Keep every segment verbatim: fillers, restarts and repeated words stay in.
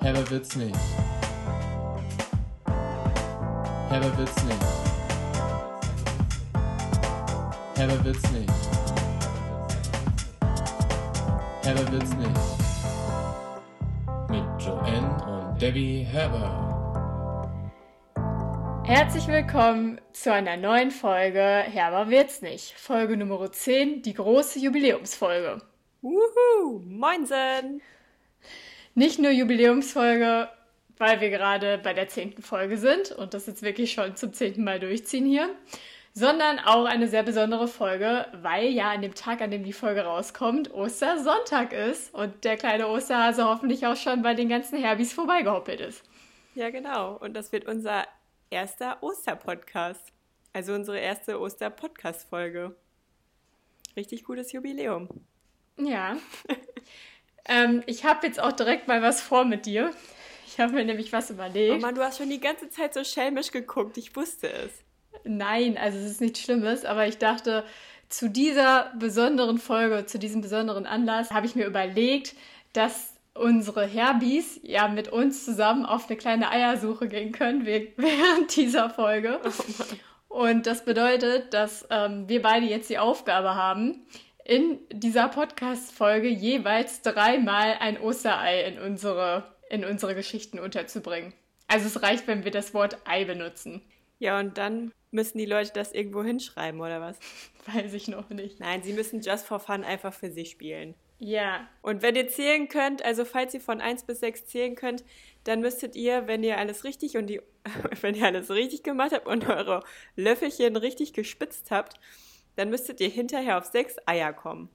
Herber wird's nicht. Herber wird's nicht. Herber wird's nicht. Herber wird's nicht. Mit Joanne und Debbie Herber. Herzlich willkommen zu einer neuen Folge Herber wird's nicht. Folge Nummer zehn, die große Jubiläumsfolge. Wuhu, moinsen! Nicht nur Jubiläumsfolge, weil wir gerade bei der zehnten Folge sind und das jetzt wirklich schon zum zehnten Mal durchziehen hier, sondern auch eine sehr besondere Folge, weil ja an dem Tag, an dem die Folge rauskommt, Ostersonntag ist und der kleine Osterhase hoffentlich auch schon bei den ganzen Herbis vorbeigehoppelt ist. Ja, genau. Und das wird unser erster Osterpodcast. Also unsere erste Oster-Podcast-Folge. Richtig gutes Jubiläum. Ja. ähm, ich habe jetzt auch direkt mal was vor mit dir. Ich habe mir nämlich was überlegt. Oh Mann, du hast schon die ganze Zeit so schelmisch geguckt. Ich wusste es. Nein, also es ist nichts Schlimmes, aber ich dachte, zu dieser besonderen Folge, zu diesem besonderen Anlass, habe ich mir überlegt, dass unsere Herbis ja mit uns zusammen auf eine kleine Eiersuche gehen können während dieser Folge. Oh und das bedeutet, dass ähm, wir beide jetzt die Aufgabe haben, in dieser Podcast-Folge jeweils dreimal ein Osterei in unsere, in unsere Geschichten unterzubringen. Also es reicht, wenn wir das Wort Ei benutzen. Ja, und dann müssen die Leute das irgendwo hinschreiben, oder was? Weiß ich noch nicht. Nein, sie müssen Just for Fun einfach für sich spielen. Ja. Und wenn ihr zählen könnt, also falls ihr von eins bis sechs zählen könnt, dann müsstet ihr, wenn ihr alles richtig und die, wenn ihr alles richtig gemacht habt und eure Löffelchen richtig gespitzt habt, dann müsstet ihr hinterher auf sechs Eier kommen.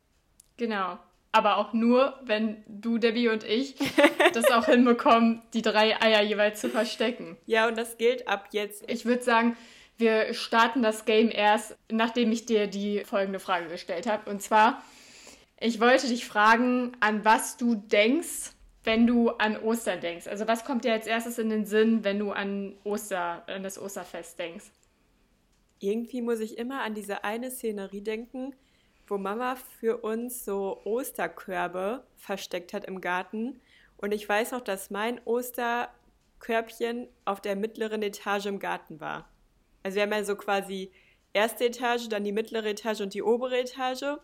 Genau. Aber auch nur, wenn du, Debbie und ich das auch hinbekommen, die drei Eier jeweils zu verstecken. Ja, und das gilt ab jetzt. Ich würde sagen, wir starten das Game erst, nachdem ich dir die folgende Frage gestellt habe. Und zwar, ich wollte dich fragen, an was du denkst, wenn du an Ostern denkst. Also was kommt dir als erstes in den Sinn, wenn du an Oster, an das Osterfest denkst? Irgendwie muss ich immer an diese eine Szenerie denken, wo Mama für uns so Osterkörbe versteckt hat im Garten. Und ich weiß noch, dass mein Osterkörbchen auf der mittleren Etage im Garten war. Also wir haben ja so quasi erste Etage, dann die mittlere Etage und die obere Etage.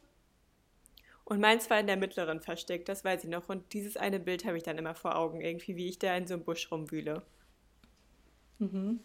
Und meins war in der mittleren versteckt, das weiß ich noch. Und dieses eine Bild habe ich dann immer vor Augen, irgendwie wie ich da in so einem Busch rumwühle. Mhm.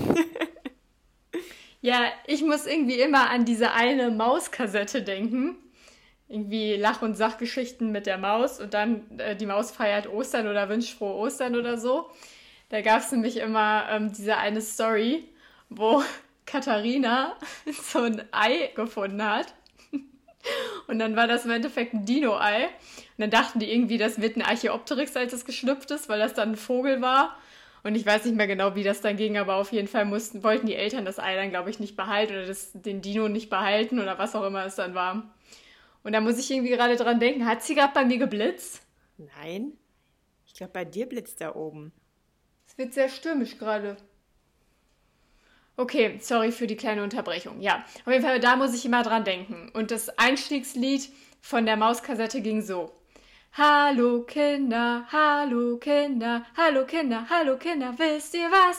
Ja, ich muss irgendwie immer an diese eine Mauskassette denken. Irgendwie Lach- und Sachgeschichten mit der Maus und dann äh, die Maus feiert Ostern oder wünscht frohe Ostern oder so. Da gab es nämlich immer ähm, diese eine Story, wo Katharina so ein Ei gefunden hat. Und dann war das im Endeffekt ein Dino-Ei. Und dann dachten die irgendwie, das wird ein Archaeopteryx, als es geschlüpft ist, weil das dann ein Vogel war. Und ich weiß nicht mehr genau, wie das dann ging, aber auf jeden Fall mussten, wollten die Eltern das Ei dann, glaube ich, nicht behalten oder das, den Dino nicht behalten oder was auch immer es dann war. Und da muss ich irgendwie gerade dran denken, hat sie gerade bei mir geblitzt? Nein, ich glaube, bei dir blitzt da oben. Es wird sehr stürmisch gerade. Okay, sorry für die kleine Unterbrechung. Ja, auf jeden Fall, da muss ich immer dran denken. Und das Einstiegslied von der Mauskassette ging so. Hallo Kinder, hallo Kinder, hallo Kinder, hallo Kinder, wisst ihr was?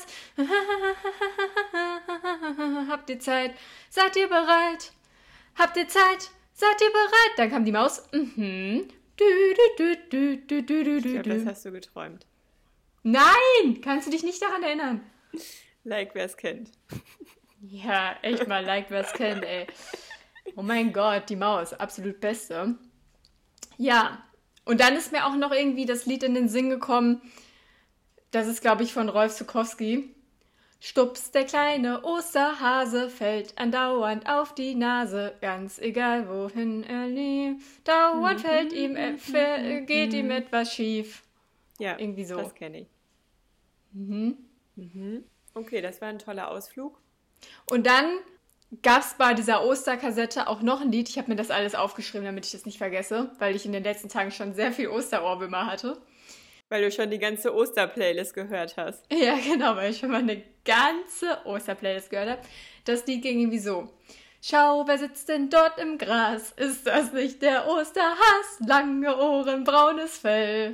Habt ihr Zeit? Seid ihr bereit? Habt ihr Zeit? Seid ihr bereit? Dann kam die Maus. Mhm. Du, du, du, du, du, du, Ich glaube, das hast du geträumt. Nein! Kannst du dich nicht daran erinnern? Like, wer es kennt. Ja, echt mal like, wer es kennt, ey. Oh mein Gott, die Maus, absolut beste. Ja. Und dann ist mir auch noch irgendwie das Lied in den Sinn gekommen, das ist, glaube ich, von Rolf Zuckowski. Stups, der kleine Osterhase fällt andauernd auf die Nase, ganz egal wohin er lief. Dauernd fällt ihm, äh, geht ihm etwas schief. Ja, irgendwie so. Das kenne ich. Mhm. Mhm. Okay, das war ein toller Ausflug. Und dann gab es bei dieser Osterkassette auch noch ein Lied. Ich habe mir das alles aufgeschrieben, damit ich das nicht vergesse, weil ich in den letzten Tagen schon sehr viel Osterohrwürmer hatte. Weil du schon die ganze Osterplaylist gehört hast. Ja, genau, weil ich schon mal eine ganze Osterplaylist gehört habe. Das Lied ging irgendwie so. Schau, wer sitzt denn dort im Gras? Ist das nicht der Osterhas? Lange Ohren, braunes Fell.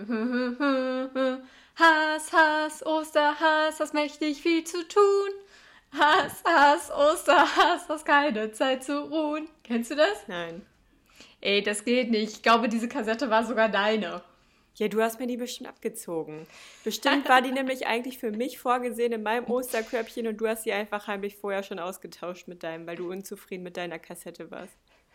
Has, Has, Osterhas, hast mächtig viel zu tun. Has, Has, Osterhas, hast keine Zeit zu ruhen. Kennst du das? Nein. Ey, das geht nicht. Ich glaube, diese Kassette war sogar deine. Ja, du hast mir die bestimmt abgezogen. Bestimmt war die nämlich eigentlich für mich vorgesehen in meinem Osterkörbchen und du hast sie einfach heimlich vorher schon ausgetauscht mit deinem, weil du unzufrieden mit deiner Kassette warst.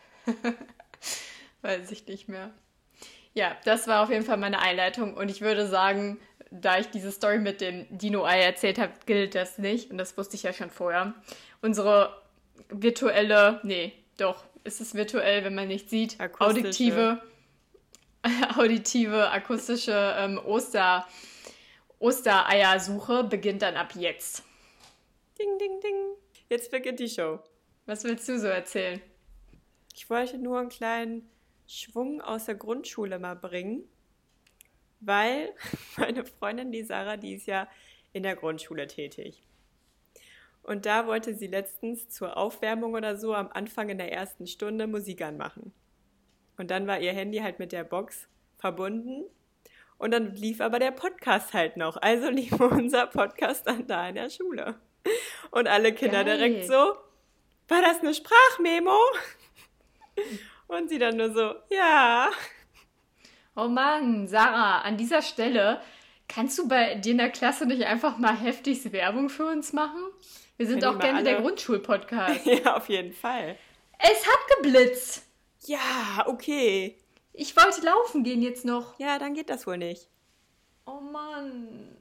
Weiß ich nicht mehr. Ja, das war auf jeden Fall meine Einleitung und ich würde sagen, da ich diese Story mit dem Dino-Ei erzählt habe, gilt das nicht und das wusste ich ja schon vorher. Unsere virtuelle, nee, doch, ist es virtuell, wenn man nicht sieht, Akustische. auditive... auditive, akustische ähm, Oster, Ostereiersuche beginnt dann ab jetzt. Ding, ding, ding. Jetzt beginnt die Show. Was willst du so erzählen? Ich wollte nur einen kleinen Schwung aus der Grundschule mal bringen, weil meine Freundin, die Sarah, die ist ja in der Grundschule tätig. Und da wollte sie letztens zur Aufwärmung oder so am Anfang in der ersten Stunde Musik anmachen. Und dann war ihr Handy halt mit der Box verbunden und dann lief aber der Podcast halt noch. Also lief unser Podcast dann da in der Schule. Und alle Kinder Geil. direkt so, war das eine Sprachmemo? Und sie dann nur so, ja. Oh Mann, Sarah, an dieser Stelle, kannst du bei dir in der Klasse nicht einfach mal heftigst Werbung für uns machen? Wir sind Können auch die mal gerne der alle- Grundschul-Podcast. Ja, auf jeden Fall. Es hat geblitzt. Ja, okay. Ich wollte laufen gehen jetzt noch. Ja, dann geht das wohl nicht. Oh Mann.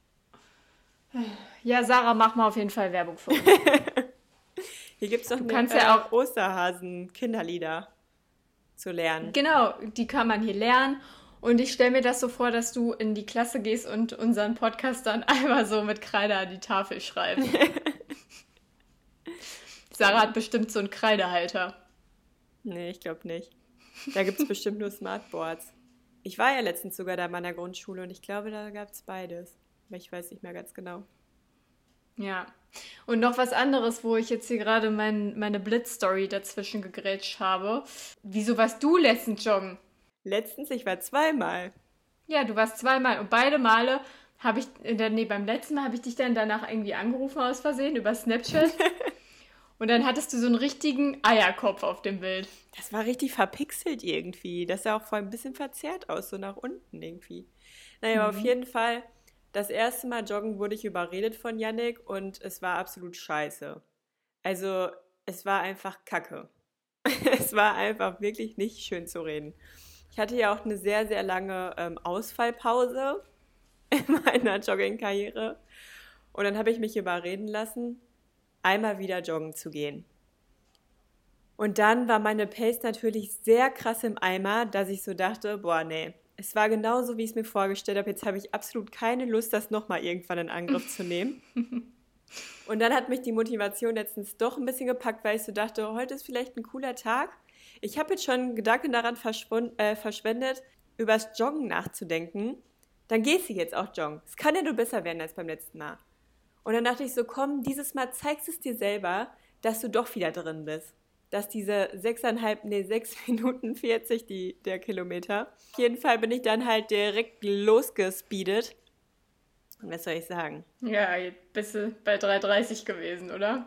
Ja, Sarah, mach mal auf jeden Fall Werbung für uns. Hier gibt es doch eine, kannst ja äh, Osterhasen-Kinderlieder zu lernen. Genau, die kann man hier lernen. Und ich stelle mir das so vor, dass du in die Klasse gehst und unseren Podcast dann einmal so mit Kreide an die Tafel schreibst. Sarah hat bestimmt so einen Kreidehalter. Nee, ich glaube nicht. Da gibt es bestimmt nur Smartboards. Ich war ja letztens sogar da in meiner Grundschule und ich glaube, da gab es beides. Aber ich weiß nicht mehr ganz genau. Ja. Und noch was anderes, wo ich jetzt hier gerade mein, meine Blitz-Story dazwischen gegrätscht habe. Wieso warst du letztens joggen? Letztens, ich war zweimal. Ja, du warst zweimal und beide Male habe ich, äh, nee, beim letzten Mal habe ich dich dann danach irgendwie angerufen aus Versehen über Snapchat. Und dann hattest du so einen richtigen Eierkopf auf dem Bild. Das war richtig verpixelt irgendwie. Das sah auch voll ein bisschen verzerrt aus, so nach unten irgendwie. Naja, aber auf jeden Fall, das erste Mal joggen wurde ich überredet von Yannick und es war absolut scheiße. Also, es war einfach Kacke. Es war einfach wirklich nicht schön zu reden. Ich hatte ja auch eine sehr, sehr lange ähm, Ausfallpause in meiner Jogging-Karriere. Und dann habe ich mich überreden lassen, einmal wieder joggen zu gehen. Und dann war meine Pace natürlich sehr krass im Eimer, dass ich so dachte, boah, nee, es war genauso, wie ich es mir vorgestellt habe. Jetzt habe ich absolut keine Lust, das nochmal irgendwann in Angriff zu nehmen. Und dann hat mich die Motivation letztens doch ein bisschen gepackt, weil ich so dachte, heute ist vielleicht ein cooler Tag. Ich habe jetzt schon Gedanken daran verschwund- äh, verschwendet, über das Joggen nachzudenken. Dann gehst du jetzt auch joggen. Es kann ja nur besser werden als beim letzten Mal. Und dann dachte ich so, komm, dieses Mal zeigst es dir selber, dass du doch wieder drin bist. Dass diese sechseinhalb, nee, sechs Minuten vierzig, die, der Kilometer. Auf jeden Fall bin ich dann halt direkt losgespeedet. Und was soll ich sagen? Ja, jetzt bist du bei drei dreißig gewesen, oder?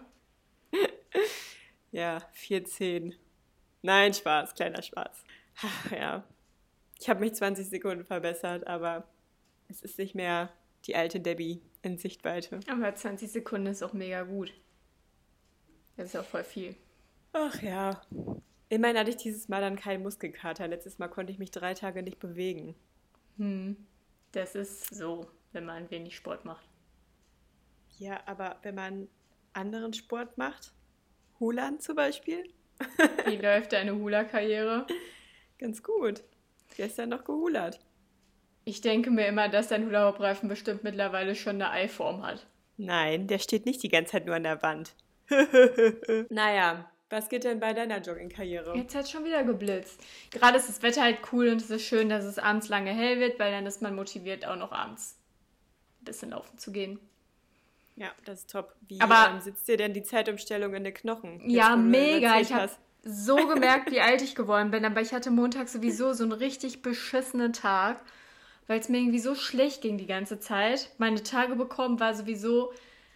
Ja, vier zehn. Nein, Spaß, kleiner Spaß. Ach, ja, ich habe mich zwanzig Sekunden verbessert, aber es ist nicht mehr die alte Debbie in Sichtweite. Aber zwanzig Sekunden ist auch mega gut. Das ist auch voll viel. Ach ja. Immerhin hatte ich dieses Mal dann keinen Muskelkater. Letztes Mal konnte ich mich drei Tage nicht bewegen. Hm. Das ist so, wenn man wenig Sport macht. Ja, aber wenn man anderen Sport macht, Hulan zum Beispiel, Wie läuft deine Hula-Karriere? ganz gut. Gestern noch gehulert. Ich denke mir immer, dass dein Hula-Hoop-Reifen bestimmt mittlerweile schon eine Eiform hat. Nein, der steht nicht die ganze Zeit nur an der Wand. Naja, was geht denn bei deiner Jogging-Karriere? Jetzt hat schon wieder geblitzt. Gerade ist das Wetter halt cool und es ist schön, dass es abends lange hell wird, weil dann ist man motiviert, auch noch abends ein bisschen laufen zu gehen. Ja, das ist top. Wie Aber- ähm, sitzt dir denn die Zeitumstellung in den Knochen? Jetzt, Ja, wo du mega. erzählt Ich habe hast. so gemerkt, wie alt ich geworden bin. Aber ich hatte Montag sowieso so einen richtig beschissenen Tag, weil es mir irgendwie so schlecht ging die ganze Zeit. Meine Tage bekommen war sowieso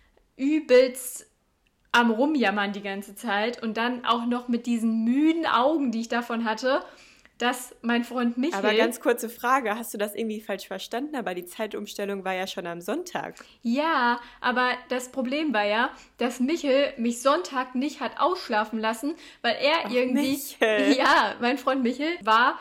übelst am Rumjammern die ganze Zeit. Und dann auch noch mit diesen müden Augen, die ich davon hatte, dass mein Freund Michael... Aber ganz kurze Frage, hast du das irgendwie falsch verstanden? Aber die Zeitumstellung war ja schon am Sonntag. Ja, aber das Problem war ja, dass Michel mich Sonntag nicht hat ausschlafen lassen, weil er Ach, irgendwie... Michel. Ja, mein Freund Michel war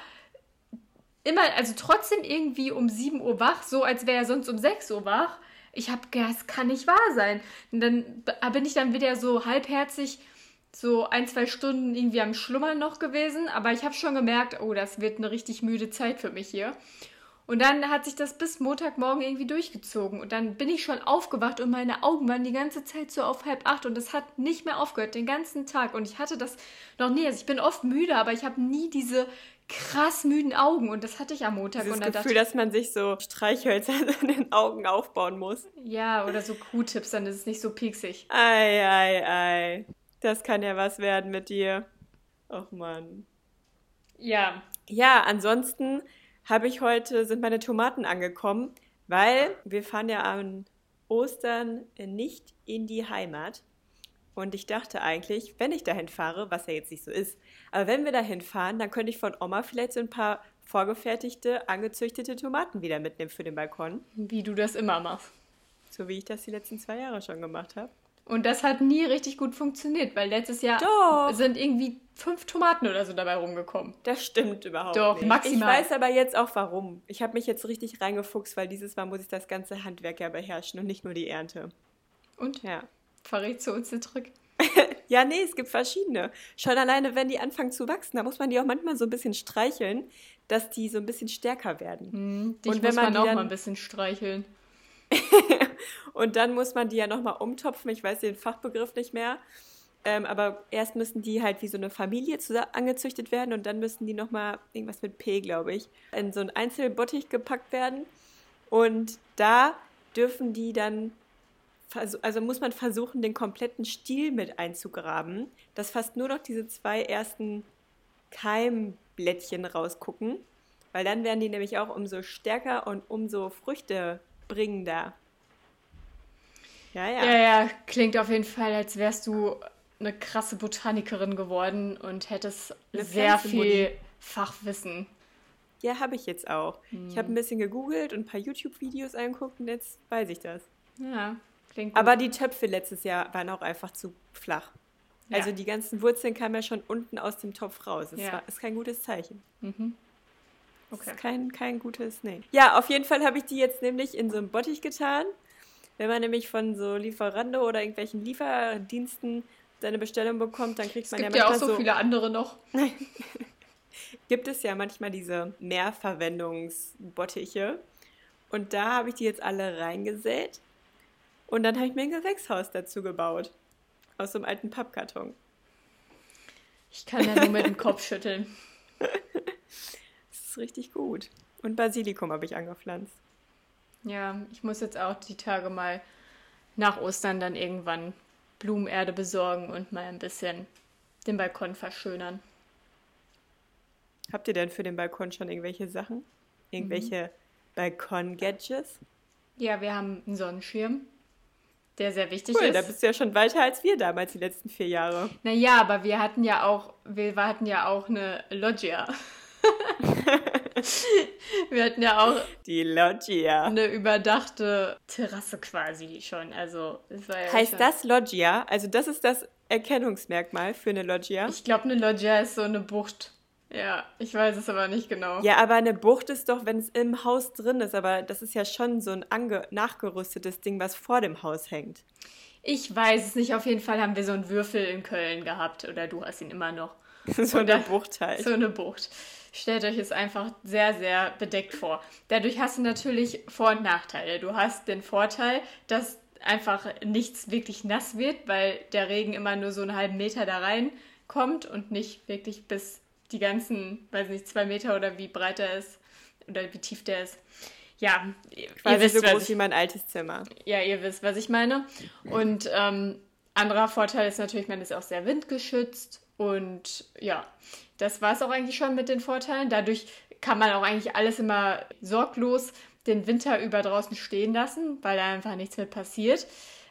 immer, also trotzdem irgendwie um sieben Uhr wach, so als wäre er sonst um sechs Uhr wach. Ich hab gedacht, das kann nicht wahr sein. Und dann bin ich dann wieder so halbherzig so ein, zwei Stunden irgendwie am Schlummern noch gewesen, aber ich habe schon gemerkt, oh, das wird eine richtig müde Zeit für mich hier. Und dann hat sich das bis Montagmorgen irgendwie durchgezogen und dann bin ich schon aufgewacht und meine Augen waren die ganze Zeit so auf halb acht und das hat nicht mehr aufgehört, den ganzen Tag. Und ich hatte das noch nie, also ich bin oft müde, aber ich habe nie diese krass müden Augen und das hatte ich am Montag. Dieses und dann Gefühl, dachte dass man sich so Streichhölzer in den Augen aufbauen muss. ich, ja, oder so Q-Tips, dann ist es nicht so pieksig. Ei, ei, ei. Das kann ja was werden mit dir. Och Mann. Ja, Ja, ansonsten habe ich heute, sind meine Tomaten angekommen, weil wir fahren ja an Ostern nicht in die Heimat. Und ich dachte eigentlich, wenn ich dahin fahre, was ja jetzt nicht so ist, aber wenn wir dahin fahren, dann könnte ich von Oma vielleicht so ein paar vorgefertigte, angezüchtete Tomaten wieder mitnehmen für den Balkon. wie du das immer machst. So wie ich das die letzten zwei Jahre schon gemacht habe. Und das hat nie richtig gut funktioniert, weil letztes Jahr Doch. sind irgendwie fünf Tomaten oder so dabei rumgekommen. Das stimmt überhaupt Doch, nicht. maximal. Ich weiß aber jetzt auch warum. Ich habe mich jetzt richtig reingefuchst, weil dieses Mal muss ich das ganze Handwerk ja beherrschen und nicht nur die Ernte. Und? Ja. Verrätst du uns den Trick? Ja, nee, es gibt verschiedene. Schon alleine, wenn die anfangen zu wachsen, da muss man die auch manchmal so ein bisschen streicheln, dass die so ein bisschen stärker werden. Hm, dich Und muss wenn man man die auch dann- mal ein bisschen streicheln. Und dann muss man die ja nochmal umtopfen, ich weiß den Fachbegriff nicht mehr. Ähm, aber erst müssen die halt wie so eine Familie zusammen angezüchtet werden und dann müssen die nochmal, irgendwas mit P, glaube ich, in so einen Einzelbottich gepackt werden. Und da dürfen die dann, vers- also muss man versuchen, den kompletten Stiel mit einzugraben, dass fast nur noch diese zwei ersten Keimblättchen rausgucken, weil dann werden die nämlich auch umso stärker und umso früchtebringender. Ja, ja. Ja, ja, klingt auf jeden Fall, als wärst du eine krasse Botanikerin geworden und hättest Eine sehr Pflanzenmutti. viel Fachwissen. Ja, habe ich jetzt auch. Ich habe ein bisschen gegoogelt und ein paar YouTube-Videos angeguckt und jetzt weiß ich das. Ja, klingt gut. Aber die Töpfe letztes Jahr waren auch einfach zu flach. Ja. Also die ganzen Wurzeln kamen ja schon unten aus dem Topf raus. Das Ja. war, ist kein gutes Zeichen. Mhm. Das Okay. ist kein, kein gutes, nee. Ja, auf jeden Fall habe ich die jetzt nämlich in so einen Bottich getan. Wenn man nämlich von so Lieferando oder irgendwelchen Lieferdiensten seine Bestellung bekommt, dann kriegt Es man gibt ja ja auch manchmal so viele andere noch. gibt es ja manchmal diese Mehrverwendungsbottiche. Und da habe ich die jetzt alle reingesät. Und dann habe ich mir ein Gewächshaus dazu gebaut. Aus so einem alten Pappkarton. Ich kann ja nur mit dem Kopf schütteln. Das ist richtig gut. Und Basilikum habe ich angepflanzt. Ja, ich muss jetzt auch die Tage mal nach Ostern dann irgendwann Blumenerde besorgen und mal ein bisschen den Balkon verschönern. Habt ihr denn für den Balkon schon irgendwelche Sachen? Irgendwelche Balkon-Gadgets? Ja, wir haben einen Sonnenschirm, der sehr wichtig Cool, da ist. bist du ja schon weiter als wir damals, die letzten vier Jahre. Naja, aber wir hatten ja auch, wir hatten ja auch eine Loggia. Wir hatten ja auch Die Loggia. eine überdachte Terrasse quasi schon. Also, es war ja Heißt schon, das Loggia? Also das ist das Erkennungsmerkmal für eine Loggia? Ich glaube, eine Loggia ist so eine Bucht. Ja, ich weiß es aber nicht genau. Ja, aber eine Bucht ist doch, wenn es im Haus drin ist. Aber das ist ja schon so ein ange nachgerüstetes Ding, was vor dem Haus hängt. Ich weiß es nicht. Auf jeden Fall haben wir so einen Würfel in Köln gehabt. Oder du hast ihn immer noch. So Oder- eine Bucht halt. So eine Bucht. Stellt euch es einfach sehr, sehr bedeckt vor. Dadurch hast du natürlich Vor- und Nachteile. Du hast den Vorteil, dass einfach nichts wirklich nass wird, weil der Regen immer nur so einen halben Meter da reinkommt und nicht wirklich bis die ganzen, weiß nicht, zwei Meter oder wie breit er ist oder wie tief der ist. ja, ihr Quasi wisst, so was groß ich, wie mein altes Zimmer. ja, ihr wisst, was ich meine. Und ähm, anderer Vorteil ist natürlich, man ist auch sehr windgeschützt. Und ja, das war es auch eigentlich schon mit den Vorteilen. Dadurch kann man auch eigentlich alles immer sorglos den Winter über draußen stehen lassen, weil da einfach nichts mit passiert.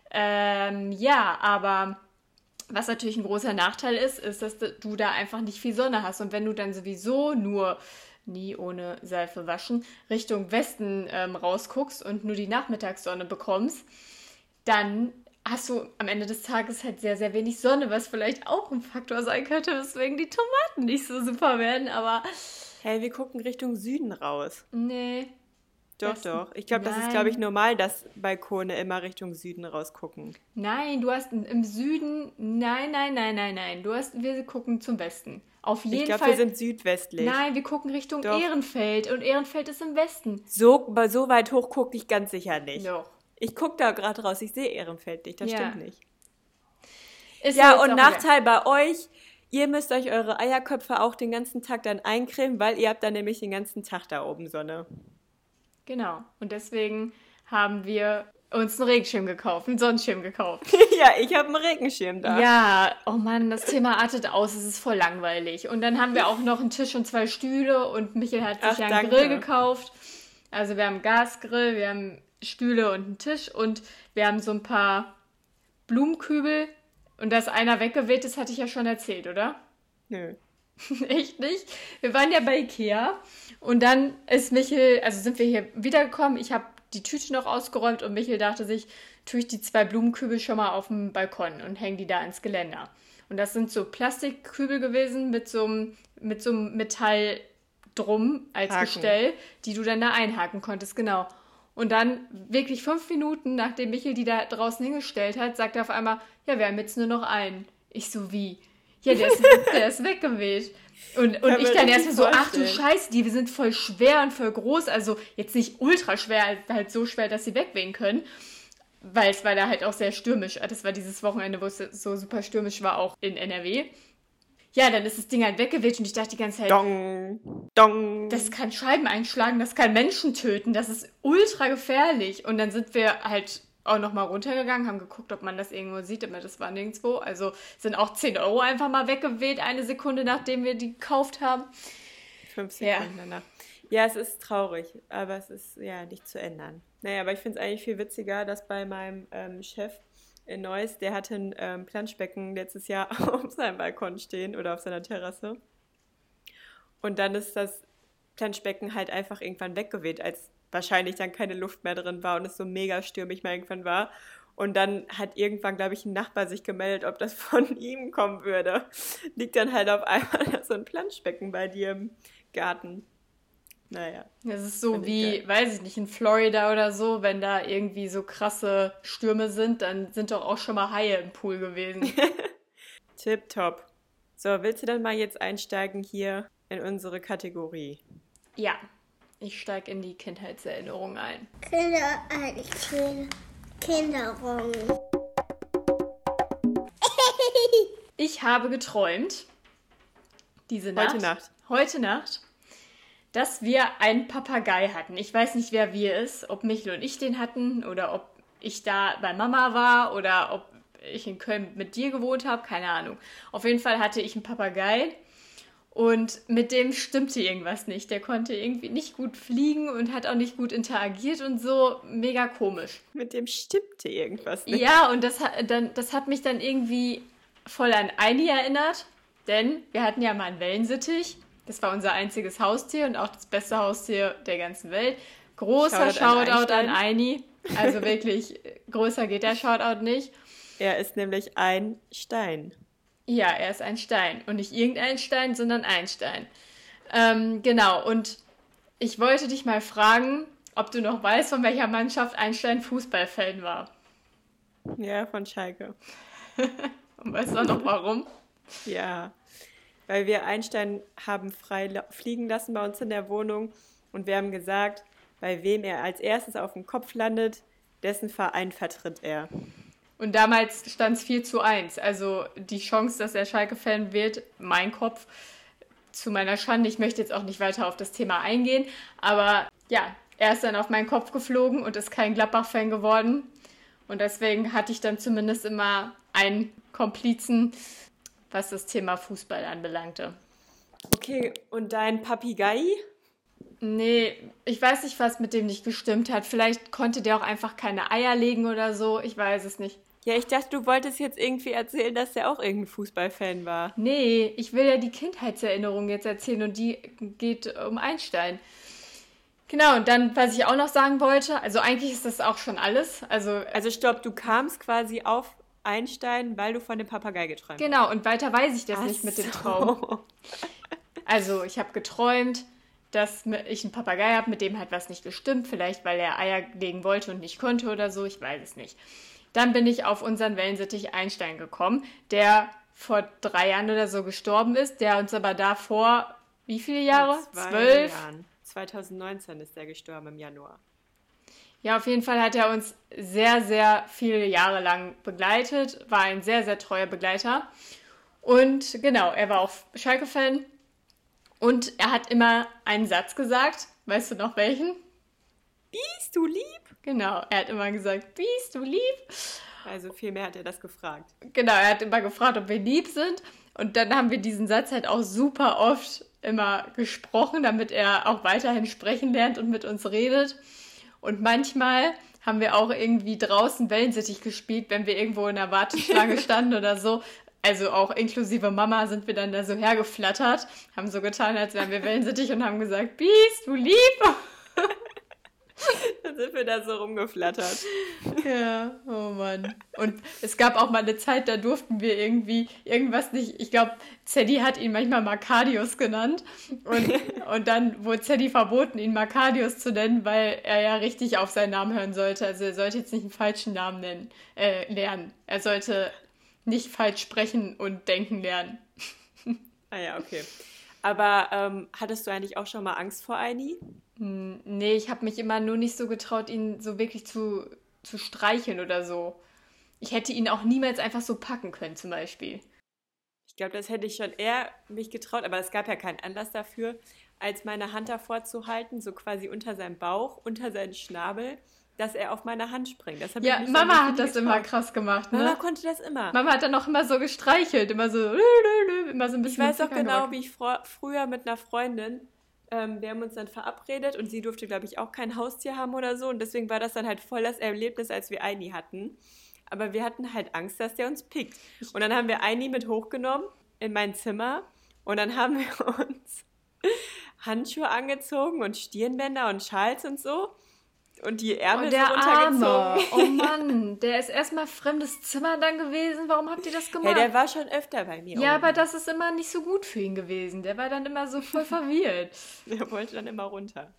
Ähm, ja, aber was natürlich ein großer Nachteil ist, ist, dass du da einfach nicht viel Sonne hast. Und wenn du dann sowieso nur, nie ohne Seife waschen, Richtung Westen ähm, rausguckst und nur die Nachmittagssonne bekommst, dann hast du am Ende des Tages halt sehr, sehr wenig Sonne, was vielleicht auch ein Faktor sein könnte, weswegen die Tomaten nicht so super werden, aber Hey, wir gucken Richtung Süden raus. nee. Doch, Das- doch. Ich glaube, das ist, nein. glaube ich, normal, dass Balkone immer Richtung Süden rausgucken. Nein, du hast im Süden, nein, nein, nein, nein, nein, du hast, wir gucken zum Westen. Auf jeden Ich glaube, Fall. wir sind südwestlich. Nein, wir gucken Richtung Doch. Ehrenfeld und Ehrenfeld ist im Westen. So, so weit hoch gucke ich ganz sicher nicht. Doch. Ich gucke da gerade raus, ich sehe Ehrenfeld nicht, das Ja. stimmt nicht. Ist Ja, jetzt und auch Nachteil bei euch, ihr müsst euch eure Eierköpfe auch den ganzen Tag dann eincremen, weil ihr habt dann nämlich den ganzen Tag da oben Sonne. egal. Genau. Und deswegen haben wir uns einen Regenschirm gekauft, einen Sonnenschirm gekauft. Ja, ich habe einen Regenschirm da. Ja, oh Mann, das Thema artet aus, es ist voll langweilig. Und dann haben wir auch noch einen Tisch und zwei Stühle und Michael hat sich Ach, ja einen danke. Grill gekauft. Also wir haben einen Gasgrill, wir haben Stühle und einen Tisch und wir haben so ein paar Blumenkübel. Und dass einer weggeweht ist, hatte ich ja schon erzählt, oder? Nö. Echt nicht? Wir waren ja bei Ikea und dann ist Michael, also sind wir hier wiedergekommen. Ich habe die Tüte noch ausgeräumt und Michael dachte sich, tue ich die zwei Blumenkübel schon mal auf dem Balkon und hänge die da ins Geländer. Und das sind so Plastikkübel gewesen mit so einem, mit so einem Metall drum als Haken. Gestell, die du dann da einhaken konntest, genau. Und dann wirklich fünf Minuten, nachdem Michael die da draußen hingestellt hat, sagt er auf einmal, ja, wir haben jetzt nur noch einen. Ich so, wie? Ja, der ist, der ist weggeweht. Und, und Kann ich mir dann richtig erstmal so, ach du vorstellen. Scheiße, die sind voll schwer und voll groß. Also jetzt nicht ultra schwer, halt so schwer, dass sie wegwehen können. Weil es war da halt auch sehr stürmisch. Das war dieses Wochenende, wo es so super stürmisch war, auch in N R W. Ja, dann ist das Ding halt weggeweht und ich dachte die ganze Zeit, Dong, dong. das kann Scheiben einschlagen, das kann Menschen töten, das ist ultra gefährlich. Und dann sind wir halt auch nochmal runtergegangen, haben geguckt, ob man das irgendwo sieht, aber das war nirgendwo. Also sind auch zehn Euro einfach mal weggeweht, eine Sekunde nachdem wir die gekauft haben. Fünf Ja. Sekunden danach. Ja, es ist traurig, aber es ist ja nicht zu ändern. Naja, aber ich finde es eigentlich viel witziger, dass bei meinem ähm, Chef in Neuss, der hatte ein ähm, Planschbecken letztes Jahr auf seinem Balkon stehen oder auf seiner Terrasse. Und dann ist das Planschbecken halt einfach irgendwann weggeweht, als wahrscheinlich dann keine Luft mehr drin war und es so mega stürmisch mal irgendwann war. Und dann hat irgendwann, glaube ich, ein Nachbar sich gemeldet, ob das von ihm kommen würde. Liegt dann halt auf einmal so ein Planschbecken bei dir im Garten. Naja. Das ist so Find ich wie, geil. weiß ich nicht, in Florida oder so, wenn da irgendwie so krasse Stürme sind, dann sind doch auch schon mal Haie im Pool gewesen. Tipptopp. So, willst du dann mal jetzt einsteigen hier in unsere Kategorie? Ja, ich steige in die Kindheitserinnerung ein. Kinder, äh, Kinder, Kinderung. Ich habe geträumt, diese Nacht, Heute Nacht. heute Nacht, dass wir einen Papagei hatten. Ich weiß nicht, wer wir ist, ob Michael und ich den hatten oder ob ich da bei Mama war oder ob ich in Köln mit dir gewohnt habe, keine Ahnung. Auf jeden Fall hatte ich einen Papagei und mit dem stimmte irgendwas nicht. Der konnte irgendwie nicht gut fliegen und hat auch nicht gut interagiert und so, mega komisch. Mit dem stimmte irgendwas nicht. Ja, und das, hat- dann, das hat mich dann irgendwie voll an Eini erinnert, denn wir hatten ja mal einen Wellensittich. Das war unser einziges Haustier und auch das beste Haustier der ganzen Welt. Großer Shoutout an Shoutout an Einstein. Eini. Also wirklich, äh, größer geht der Shoutout nicht. Er ist nämlich ein Stein. Ja, er ist ein Stein. Und nicht irgendein Stein, sondern ein Stein. Ähm, genau, und ich wollte dich mal fragen, ob du noch weißt, von welcher Mannschaft Einstein Fußballfan war. Ja, von Schalke. Und weißt du auch noch warum? Ja, weil wir Einstein haben frei la- fliegen lassen bei uns in der Wohnung und wir haben gesagt, bei wem er als erstes auf dem Kopf landet, dessen Verein vertritt er. Und damals stand es vier zu eins. Also die Chance, dass er Schalke-Fan wird, mein Kopf, zu meiner Schande. Ich möchte jetzt auch nicht weiter auf das Thema eingehen. Aber ja, er ist dann auf meinen Kopf geflogen und ist kein Gladbach-Fan geworden. Und deswegen hatte ich dann zumindest immer einen Komplizen, was das Thema Fußball anbelangte. Okay, und dein Papagei? Nee, ich weiß nicht, was mit dem nicht gestimmt hat. Vielleicht konnte der auch einfach keine Eier legen oder so. Ich weiß es nicht. Ja, ich dachte, du wolltest jetzt irgendwie erzählen, dass der auch irgendein Fußballfan war. Nee, ich will ja die Kindheitserinnerung jetzt erzählen und die geht um Einstein. Genau, und dann, was ich auch noch sagen wollte, also eigentlich ist das auch schon alles. Also, Also stopp, du kamst quasi auf Einstein, weil du von dem Papagei geträumt hast. genau, und weiter weiß ich das Ach nicht mit dem so. Traum. Also, ich habe geträumt, dass ich einen Papagei habe, mit dem hat was nicht gestimmt. Vielleicht, weil er Eier legen wollte und nicht konnte oder so, ich weiß es nicht. Dann bin ich auf unseren Wellensittich Einstein gekommen, der vor drei Jahren oder so gestorben ist, der uns aber davor, wie viele Jahre? Vor zwei Zwölf? Jahren. zwanzig neunzehn ist der gestorben im Januar. Ja, auf jeden Fall hat er uns sehr, sehr viele Jahre lang begleitet, war ein sehr, sehr treuer Begleiter. Und genau, er war auch Schalke-Fan. Und er hat immer einen Satz gesagt. Weißt du noch welchen? Bist du lieb? Genau, er hat immer gesagt, bist du lieb? Also viel mehr hat er das gefragt. Genau, er hat immer gefragt, ob wir lieb sind. Und dann haben wir diesen Satz halt auch super oft immer gesprochen, damit er auch weiterhin sprechen lernt und mit uns redet. Und manchmal haben wir auch irgendwie draußen Wellensittich gespielt, wenn wir irgendwo in der Warteschlange standen oder so. Also auch inklusive Mama sind wir dann da so hergeflattert, haben so getan, als wären wir Wellensittich und haben gesagt, bist du lieb? Dann sind wir da so rumgeflattert. Ja, oh Mann. Und es gab auch mal eine Zeit, da durften wir irgendwie irgendwas nicht, ich glaube, Zeddy hat ihn manchmal Makadius genannt und, und dann wurde Zeddy verboten, ihn Makadius zu nennen, weil er ja richtig auf seinen Namen hören sollte. Also er sollte jetzt nicht einen falschen Namen nennen, äh, lernen. Er sollte nicht falsch sprechen und denken lernen. Ah ja, okay. Aber ähm, hattest du eigentlich auch schon mal Angst vor Eini? Hm, nee, ich habe mich immer nur nicht so getraut, ihn so wirklich zu, zu streicheln oder so. Ich hätte ihn auch niemals einfach so packen können, zum Beispiel. Ich glaube, das hätte ich schon eher mich getraut, aber es gab ja keinen Anlass dafür, als meine Hand davor zu halten, so quasi unter seinem Bauch, unter seinen Schnabel, dass er auf meine Hand springt. Das hab Ja, ich mich Mama dann hat nie das getraut. immer krass gemacht, ne? Mama konnte das immer. Mama hat dann auch immer so gestreichelt, immer so, immer so ein Ich bisschen. weiß mit auch Fingern genau, gerückt. wie ich fro- früher mit einer Freundin, ähm, wir haben uns dann verabredet und sie durfte, glaube ich, auch kein Haustier haben oder so und deswegen war das dann halt voll das Erlebnis, als wir Eini hatten. Aber wir hatten halt Angst, dass der uns pickt. Und dann haben wir Eini mit hochgenommen in mein Zimmer und dann haben wir uns Handschuhe angezogen und Stirnbänder und Schals und so und die Ärmel Oh, so der runtergezogen. Arme. Oh Mann, der ist erstmal fremdes Zimmer dann gewesen. Warum habt ihr das Ja, gemacht? der war schon öfter bei mir. Ja, oben. aber das ist immer nicht so gut für ihn gewesen. Der war dann immer so voll verwirrt. Der wollte dann immer runter.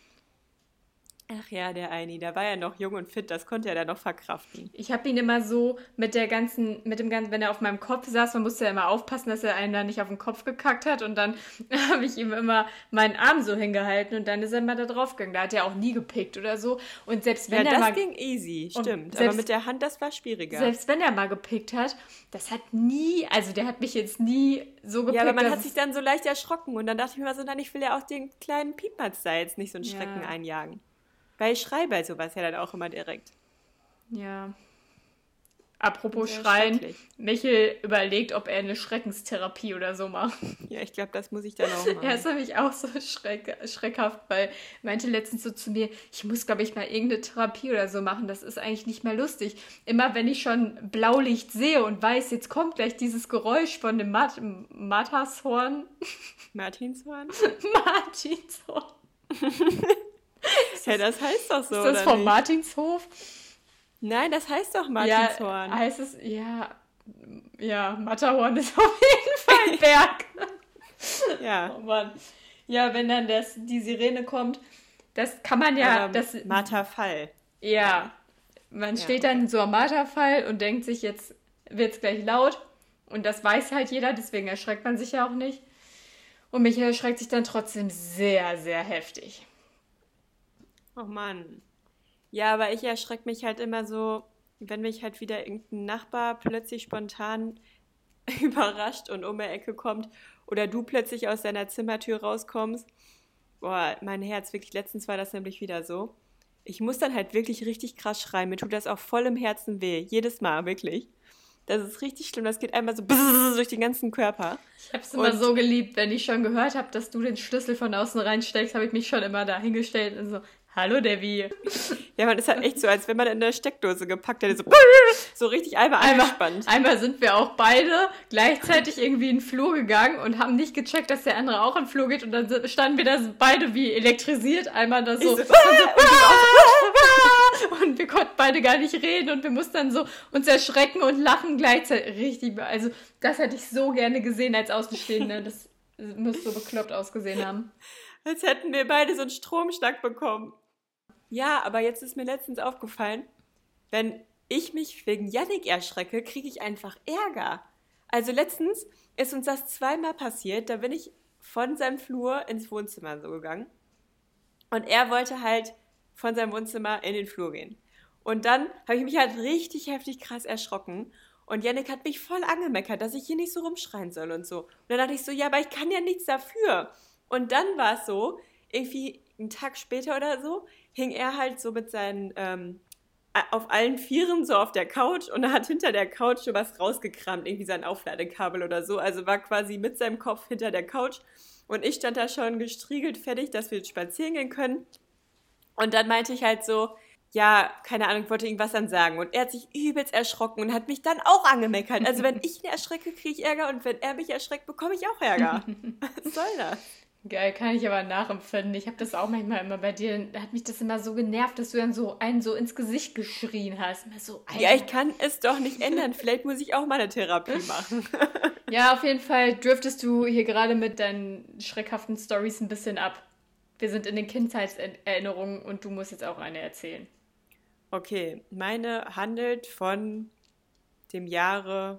Ach ja, der Eini, da war er noch jung und fit, das konnte er dann noch verkraften. Ich habe ihn immer so mit der ganzen, mit dem ganzen, wenn er auf meinem Kopf saß, man musste ja immer aufpassen, dass er einen da nicht auf den Kopf gekackt hat und dann habe ich ihm immer meinen Arm so hingehalten und dann ist er mal da drauf gegangen. Da hat er auch nie gepickt oder so und selbst wenn Ja, er das mal ging easy, Und stimmt. selbst- Aber mit der Hand, das war schwieriger. selbst wenn er mal gepickt hat, das hat nie, also der hat mich jetzt nie so gepickt. Ja, aber man dass hat es- sich dann so leicht erschrocken und dann dachte ich mir immer so, nein, ich will ja auch den kleinen Piepmatz da jetzt nicht so einen Ja. Schrecken einjagen. Weil ich schreie bei sowas ja dann auch immer direkt. Ja. Apropos Sehr Schreien, schrecklich. Michel überlegt, ob er eine Schreckenstherapie oder so macht. Ja, ich glaube, das muss ich dann auch machen. Er ist nämlich auch so schreck, schreckhaft, weil er meinte letztens so zu mir, ich muss, glaube ich, mal irgendeine Therapie oder so machen. Das ist eigentlich nicht mehr lustig. Immer wenn ich schon Blaulicht sehe und weiß, jetzt kommt gleich dieses Geräusch von dem Mat Mattershorn. Martinshorn? Martinshorn. Ja, das heißt doch so, Ist das oder vom nicht? Martinshof? Nein, das heißt doch Ja, Martinshorn. heißt es, ja, ja, Matterhorn ist auf jeden Fall ein Berg. Ja. Oh Mann. Ja, wenn dann das, die Sirene kommt, das kann man ja, Ähm, das, Marterfall. ja, man Ja, steht dann so am Marterfall und denkt sich, jetzt wird's gleich laut und das weiß halt jeder, deswegen erschreckt man sich ja auch nicht. Und Michael erschreckt sich dann trotzdem sehr, sehr heftig. Oh Mann. Ja, aber ich erschrecke mich halt immer so, wenn mich halt wieder irgendein Nachbar plötzlich spontan überrascht und um die Ecke kommt oder du plötzlich aus deiner Zimmertür rauskommst boah, mein Herz, wirklich, letztens war das nämlich wieder so. Ich muss dann halt wirklich richtig krass schreien. Mir tut das auch voll im Herzen weh. Jedes Mal, wirklich. Das ist richtig schlimm. Das geht einmal so durch den ganzen Körper. Ich habe es immer so geliebt, wenn ich schon gehört habe, dass du den Schlüssel von außen reinsteckst, habe ich mich schon immer da hingestellt und so, hallo Debbie. Ja, man ist halt echt so, als wenn man in der Steckdose gepackt hätte, so, so richtig einmal Einmal, angespannt. einmal sind wir auch beide gleichzeitig irgendwie in den Flur gegangen und haben nicht gecheckt, dass der andere auch in den Flur geht und dann standen wir da beide wie elektrisiert, einmal da so, so und, so und, und wir konnten beide gar nicht reden und wir mussten dann so uns erschrecken und lachen gleichzeitig. Richtig, also das hätte ich so gerne gesehen als Außenstehende, das müsste so bekloppt ausgesehen haben. Als hätten wir beide so einen Stromschlag bekommen. Ja, aber jetzt ist mir letztens aufgefallen, wenn ich mich wegen Yannick erschrecke, kriege ich einfach Ärger. Also letztens ist uns das zweimal passiert, da bin ich von seinem Flur ins Wohnzimmer so gegangen und er wollte halt von seinem Wohnzimmer in den Flur gehen. Und dann habe ich mich halt richtig heftig krass erschrocken und Yannick hat mich voll angemeckert, dass ich hier nicht so rumschreien soll und so. Und dann dachte ich so, ja, aber ich kann ja nichts dafür. Und dann war es so, irgendwie einen Tag später oder so, hing er halt so mit seinen, ähm, auf allen Vieren so auf der Couch und er hat hinter der Couch so was rausgekramt, irgendwie sein Aufladekabel oder so, also war quasi mit seinem Kopf hinter der Couch und ich stand da schon gestriegelt fertig, dass wir spazieren gehen können und dann meinte ich halt so, ja, keine Ahnung, ich wollte irgendwas dann sagen und er hat sich übelst erschrocken und hat mich dann auch angemeckert, also wenn ich ihn erschrecke, kriege ich Ärger und wenn er mich erschreckt, bekomme ich auch Ärger. Was soll das? Geil, kann ich aber nachempfinden. Ich habe das auch manchmal immer bei dir, da hat mich das immer so genervt, dass du dann so einen so ins Gesicht geschrien hast. Immer so, ja, ich kann es doch nicht ändern. Vielleicht muss ich auch mal eine Therapie machen. Ja, auf jeden Fall driftest du hier gerade mit deinen schreckhaften Storys ein bisschen ab. Wir sind in den Kindheitserinnerungen und du musst jetzt auch eine erzählen. Okay, meine handelt von dem Jahre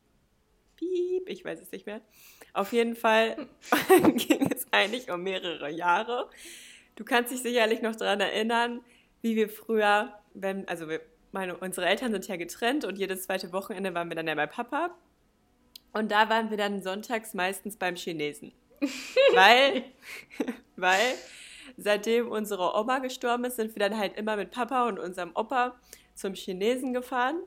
Piep, ich weiß es nicht mehr. Auf jeden Fall ging es eigentlich um mehrere Jahre. Du kannst dich sicherlich noch daran erinnern, wie wir früher, wenn, also wir, meine, unsere Eltern sind ja getrennt und jedes zweite Wochenende waren wir dann ja bei Papa. Und da waren wir dann sonntags meistens beim Chinesen. weil, weil seitdem unsere Oma gestorben ist, sind wir dann halt immer mit Papa und unserem Opa zum Chinesen gefahren.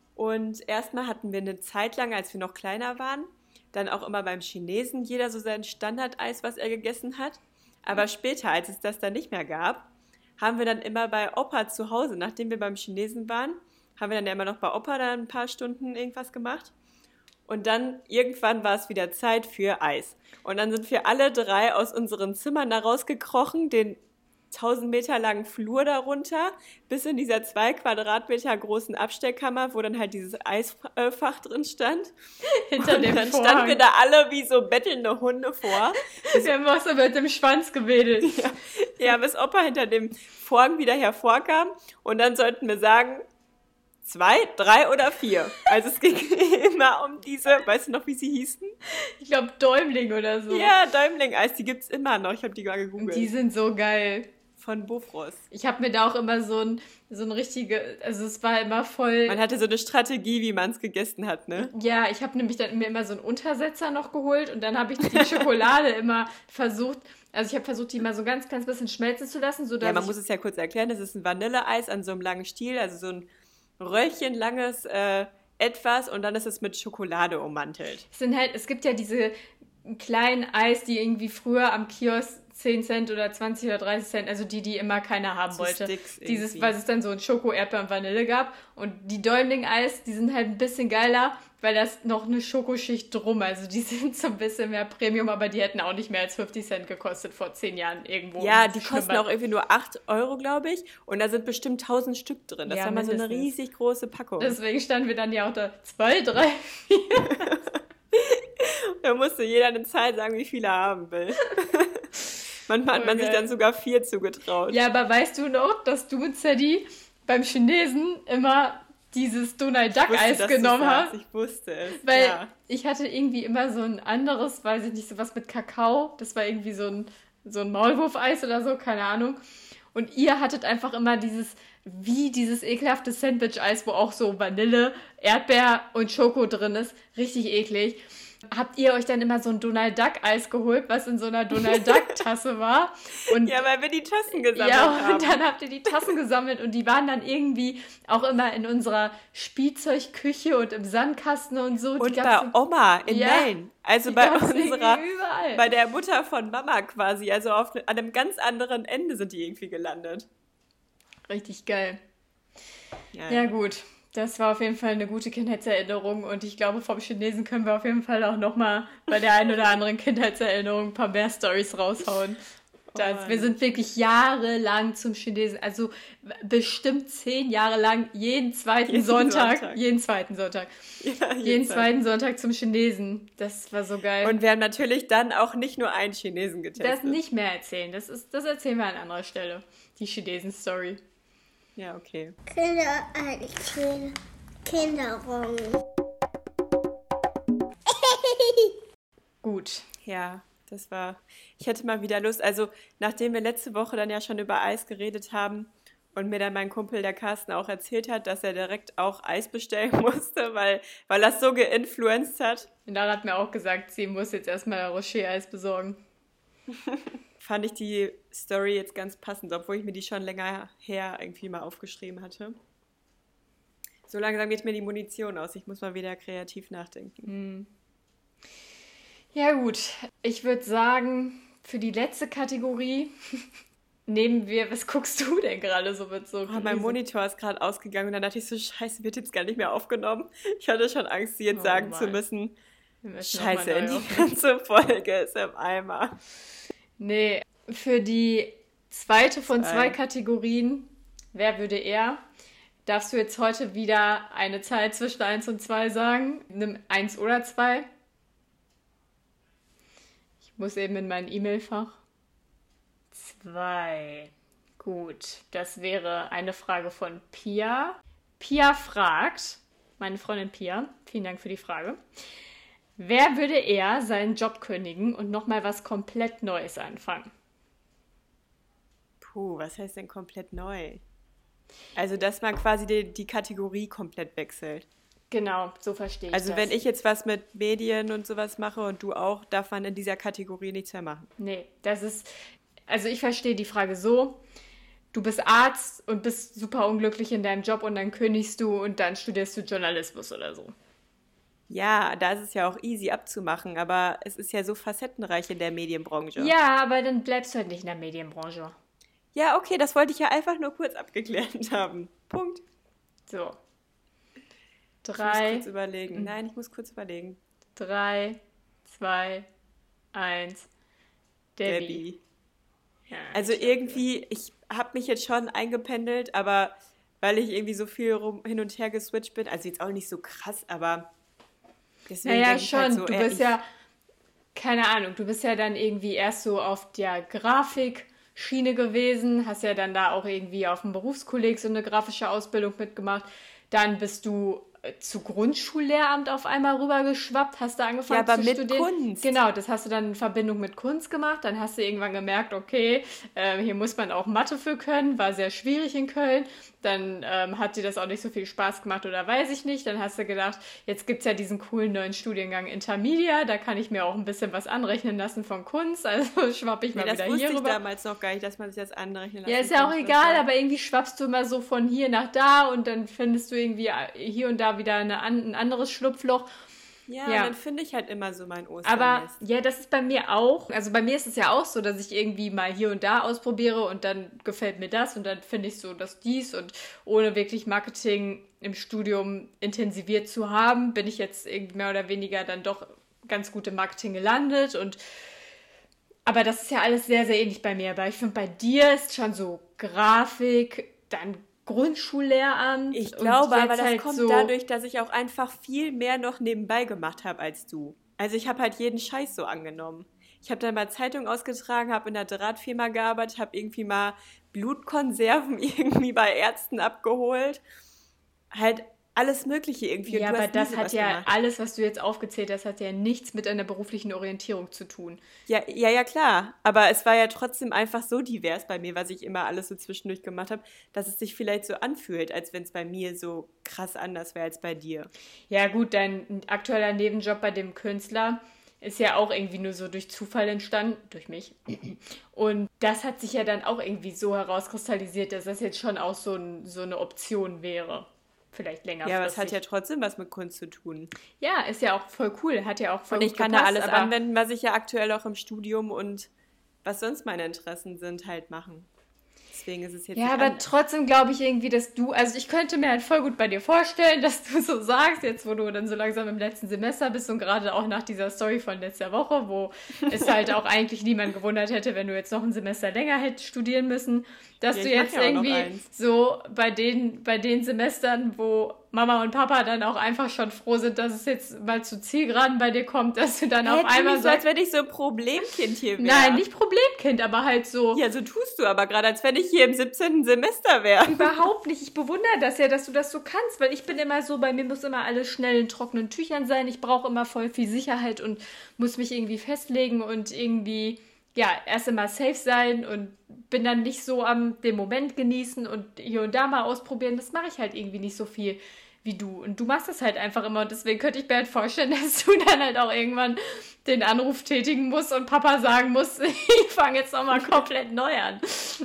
Und erstmal hatten wir eine Zeit lang, als wir noch kleiner waren, dann auch immer beim Chinesen jeder so sein Standardeis, was er gegessen hat. Aber später, als es das dann nicht mehr gab, haben wir dann immer bei Opa zu Hause, nachdem wir beim Chinesen waren, haben wir dann ja immer noch bei Opa dann ein paar Stunden irgendwas gemacht. Und dann irgendwann war es wieder Zeit für Eis. Und dann sind wir alle drei aus unseren Zimmern da rausgekrochen, den tausend Meter langen Flur darunter, bis in dieser zwei Quadratmeter großen Abstellkammer, wo dann halt dieses Eisfach drin stand. Hinter und dem dann Vorhang. standen wir da alle wie so bettelnde Hunde vor. Wir haben auch so mit dem Schwanz gewedelt. Ja, ja, bis Opa hinter dem Vorhang wieder hervorkam. Und dann sollten wir sagen, zwei, drei oder vier. Also es ging immer um diese, weißt du noch, wie sie hießen? Ich glaube Däumling oder so. Ja, Däumling-Eis, die gibt's immer noch. Ich habe die mal Und gegoogelt. die sind so geil. Von Bofrost. Ich habe mir da auch immer so ein, so ein richtige, also es war immer voll... Man hatte so eine Strategie, wie man es gegessen hat, ne? Ja, ich habe nämlich dann mir immer so einen Untersetzer noch geholt und dann habe ich die Schokolade immer versucht, also ich habe versucht, die mal so ganz, ganz bisschen schmelzen zu lassen, sodass Ja, man ich, muss es ja kurz erklären, das ist ein Vanilleeis an so einem langen Stiel, also so ein röllchenlanges äh, Etwas und dann ist es mit Schokolade ummantelt. es sind halt, es gibt ja diese kleinen Eis, die irgendwie früher am Kiosk zehn Cent oder zwanzig oder dreißig Cent, also die, die immer keiner haben So wollte. Sticks Dieses, irgendwie. weil es dann so ein Schoko, Erdbeer und Vanille gab. Und die Däumling-Eis, die sind halt ein bisschen geiler, weil da ist noch eine Schokoschicht drum. Also die sind so ein bisschen mehr Premium, aber die hätten auch nicht mehr als fünfzig Cent gekostet vor zehn Jahren irgendwo. Ja, im die kosten Schwimmbad. auch irgendwie nur acht Euro, glaube ich. Und da sind bestimmt tausend Stück drin. Das Ja, war mal so eine mindestens. riesig große Packung. Deswegen standen wir dann ja auch da zwei, drei. Da musste jeder eine Zahl sagen, wie viel er haben will. Manchmal hat Voll man sich geil. dann sogar vier zugetraut. Ja, aber weißt du noch, dass du und Sadie beim Chinesen immer dieses Donald Duck Ich wusste, Eis dass du genommen sagst. hast? Ich wusste es. Weil ja. ich hatte irgendwie immer so ein anderes, weiß ich nicht, sowas mit Kakao. Das war irgendwie so ein, so ein Maulwurfeis oder so, keine Ahnung. Und ihr hattet einfach immer dieses, wie dieses ekelhafte Sandwich-Eis, wo auch so Vanille, Erdbeer und Schoko drin ist. Richtig eklig. habt ihr euch dann immer so ein Donald Duck Eis geholt, was in so einer Donald Duck Tasse war. Und Ja, weil wir die Tassen gesammelt ja, haben. und dann habt ihr die Tassen gesammelt und die waren dann irgendwie auch immer in unserer Spielzeugküche und im Sandkasten und so. Und die bei gab's Oma in Ja, Maine. Also die bei gab's unserer, irgendwie überall. bei der Mutter von Mama quasi. Also auf, an einem ganz anderen Ende sind die irgendwie gelandet. Richtig geil. Ja, Ja gut, das war auf jeden Fall eine gute Kindheitserinnerung und ich glaube, vom Chinesen können wir auf jeden Fall auch nochmal bei der einen oder anderen Kindheitserinnerung ein paar mehr Storys raushauen. Das, Oh, wir sind wirklich jahrelang zum Chinesen, also bestimmt zehn Jahre lang jeden zweiten Jeden Sonntag, Sonntag. jeden zweiten Sonntag, Ja, jeden jedenfalls. zweiten Sonntag zum Chinesen. Das war so geil. Und wir haben natürlich dann auch nicht nur einen Chinesen das getestet. nicht mehr erzählen, das, ist, das erzählen wir an anderer Stelle, die Chinesen-Story. Ja, okay. Kinder, Eichel, Kinderung. Gut. Ja, das war. Ich hätte mal wieder Lust. Also, nachdem wir letzte Woche dann ja schon über Eis geredet haben und mir dann mein Kumpel, der Carsten, auch erzählt hat, dass er direkt auch Eis bestellen musste, weil, weil das so geinfluenced hat, Und Lara hat mir auch gesagt, sie muss jetzt erstmal Rocher-Eis besorgen. fand ich die Story jetzt ganz passend, obwohl ich mir die schon länger her irgendwie mal aufgeschrieben hatte. So langsam geht mir die Munition aus. Ich muss mal wieder kreativ nachdenken. Ja gut, ich würde sagen, für die letzte Kategorie nehmen wir, was guckst du denn gerade so mit so? Oh, mein Monitor ist gerade ausgegangen und dann dachte ich so, scheiße, wird jetzt gar nicht mehr aufgenommen. Ich hatte schon Angst, sie jetzt Oh sagen zu Mann. müssen, Wir müssen noch scheiße, mal neu die aufnehmen. ganze Folge ist im Eimer. Nee, für die zweite von Zwei. zwei Kategorien, wer würde er, darfst du jetzt heute wieder eine Zahl zwischen eins und zwei sagen. Nimm eins oder zwei. Ich muss eben in mein E-Mail-Fach. zwei. Gut, das wäre eine Frage von Pia. Pia fragt, meine Freundin Pia, vielen Dank für die Frage. Wer würde eher seinen Job kündigen und nochmal was komplett Neues anfangen? Puh, was heißt denn komplett neu? Also, dass man quasi die, die Kategorie komplett wechselt. Genau, so verstehe ich Also, das. wenn ich jetzt was mit Medien und sowas mache und du auch, darf man in dieser Kategorie nichts mehr machen. Nee, das ist... Also ich verstehe die Frage so, du bist Arzt und bist super unglücklich in deinem Job und dann kündigst du und dann studierst du Journalismus oder so. Ja, da ist es ja auch easy abzumachen, aber es ist ja so facettenreich in der Medienbranche. Ja, aber dann bleibst du halt nicht in der Medienbranche. Ja, okay, das wollte ich ja einfach nur kurz abgeklärt haben. Punkt. So. Ich muss Drei, kurz überlegen. Nein, ich muss kurz überlegen. drei, zwei, eins. Debbie. Debbie. Ja, Also ich glaub, irgendwie, ich habe mich jetzt schon eingependelt, aber weil ich irgendwie so viel rum, hin und her geswitcht bin, also jetzt auch nicht so krass, aber deswegen Naja, denk ich schon. halt so, du äh, bist ich, ja, keine Ahnung, du bist ja dann irgendwie erst so auf der Grafikschiene gewesen, hast ja dann da auch irgendwie auf dem Berufskolleg so eine grafische Ausbildung mitgemacht. Dann bist du äh, zu Grundschullehramt auf einmal rübergeschwappt, hast da angefangen Ja, aber zu mit studieren. Kunst. Genau, das hast du dann in Verbindung mit Kunst gemacht. Dann hast du irgendwann gemerkt, okay, äh, hier muss man auch Mathe für können, war sehr schwierig in Köln. Dann ähm, hat dir das auch nicht so viel Spaß gemacht oder weiß ich nicht. Dann hast du gedacht, jetzt gibt es ja diesen coolen neuen Studiengang Intermedia, da kann ich mir auch ein bisschen was anrechnen lassen von Kunst. Also schwapp ich nee, mal das wieder wusste hier ich rüber. damals noch gar nicht, dass man sich das anrechnen lassen Ja, ist ja auch kann. egal, aber irgendwie schwappst du immer so von hier nach da und dann findest du irgendwie hier und da wieder eine, ein anderes Schlupfloch. Ja, Ja. dann finde ich halt immer so mein Aber Osternest. ja, das ist bei mir auch. Also bei mir ist es ja auch so, dass ich irgendwie mal hier und da ausprobiere und dann gefällt mir das und dann finde ich so, dass dies und ohne wirklich Marketing im Studium intensiviert zu haben, bin ich jetzt irgendwie mehr oder weniger dann doch ganz gut im Marketing gelandet und aber das ist ja alles sehr, sehr ähnlich bei mir. Aber ich finde, bei dir ist schon so Grafik, dann Grundschullehramt. Ich und glaube, jetzt aber das halt kommt so, dadurch, dass ich auch einfach viel mehr noch nebenbei gemacht habe als du. Also ich habe halt jeden Scheiß so angenommen. Ich habe dann mal Zeitung ausgetragen, habe in der Drahtfirma gearbeitet, habe irgendwie mal Blutkonserven irgendwie bei Ärzten abgeholt. Halt alles Mögliche irgendwie. Und Ja, du aber hast nie das sowas hat ja, gemacht. alles, was du jetzt aufgezählt hast, hat ja nichts mit einer beruflichen Orientierung zu tun. Ja, ja, ja, klar. Aber es war ja trotzdem einfach so divers bei mir, was ich immer alles so zwischendurch gemacht habe, dass es sich vielleicht so anfühlt, als wenn es bei mir so krass anders wäre als bei dir. Ja gut, dein aktueller Nebenjob bei dem Künstler ist ja auch irgendwie nur so durch Zufall entstanden, durch mich. Und das hat sich ja dann auch irgendwie so herauskristallisiert, dass das jetzt schon auch so, ein, so eine Option wäre. Vielleicht längerfristig. Ja, aber es hat ja trotzdem was mit Kunst zu tun. Ja, ist ja auch voll cool, hat ja auch voll Und ich gut kann gepasst, da alles aber anwenden, was ich ja aktuell auch im Studium und was sonst meine Interessen sind, halt machen. Deswegen ist es jetzt Ja, nicht aber anders. trotzdem glaube ich irgendwie, dass du, also ich könnte mir halt voll gut bei dir vorstellen, dass du so sagst, jetzt wo du dann so langsam im letzten Semester bist und gerade auch nach dieser Story von letzter Woche, wo es halt auch eigentlich niemand gewundert hätte, wenn du jetzt noch ein Semester länger hättest studieren müssen, dass Ja, du ich mach jetzt ja auch noch irgendwie eins. so bei den, bei den Semestern, wo Mama und Papa dann auch einfach schon froh sind, dass es jetzt mal zu Zielgeraden bei dir kommt, dass du dann Hä, auf tu einmal nicht so, als sagst, wenn ich so ein Problemkind hier wäre. nein, nicht Problemkind, aber halt so... Ja, so tust du aber gerade, als wenn ich hier im siebzehnten Semester wäre. Überhaupt nicht. Ich bewundere das ja, dass du das so kannst, weil ich bin immer so, bei mir muss immer alles schnell in trockenen Tüchern sein. Ich brauche immer voll viel Sicherheit und muss mich irgendwie festlegen und irgendwie, ja, erst immer safe sein und bin dann nicht so am den Moment genießen und hier und da mal ausprobieren. Das mache ich halt irgendwie nicht so viel wie du. Und du machst das halt einfach immer und deswegen könnte ich mir halt vorstellen, dass du dann halt auch irgendwann den Anruf tätigen musst und Papa sagen muss, ich fange jetzt nochmal komplett neu an.